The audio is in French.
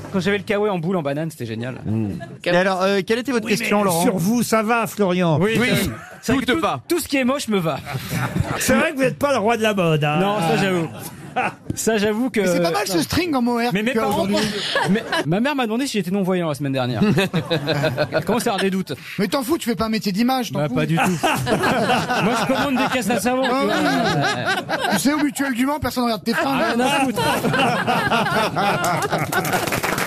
Quand j'avais le kawaii en boule en banane, c'était génial. Et alors, quelle était votre question, Laurent? Sur vous, ça va, Florian? Oui. Ça Tout te va. Tout ce qui est moche me va. C'est vrai que vous n'êtes pas le roi de la mode. Hein. Non, ça j'avoue. Ça j'avoue que. C'est pas mal ce string en mohair. Mais mes parents. Ma mère m'a demandé si j'étais non-voyant la semaine dernière. Elle commence à avoir des doutes. Mais t'en fous, tu fais pas un métier d'image, t'en Bah, fous. pas du tout. Moi je commande des caisses à savon. Tu sais, au mutuel du Mans, personne regarde tes fringues. Rien à foutre.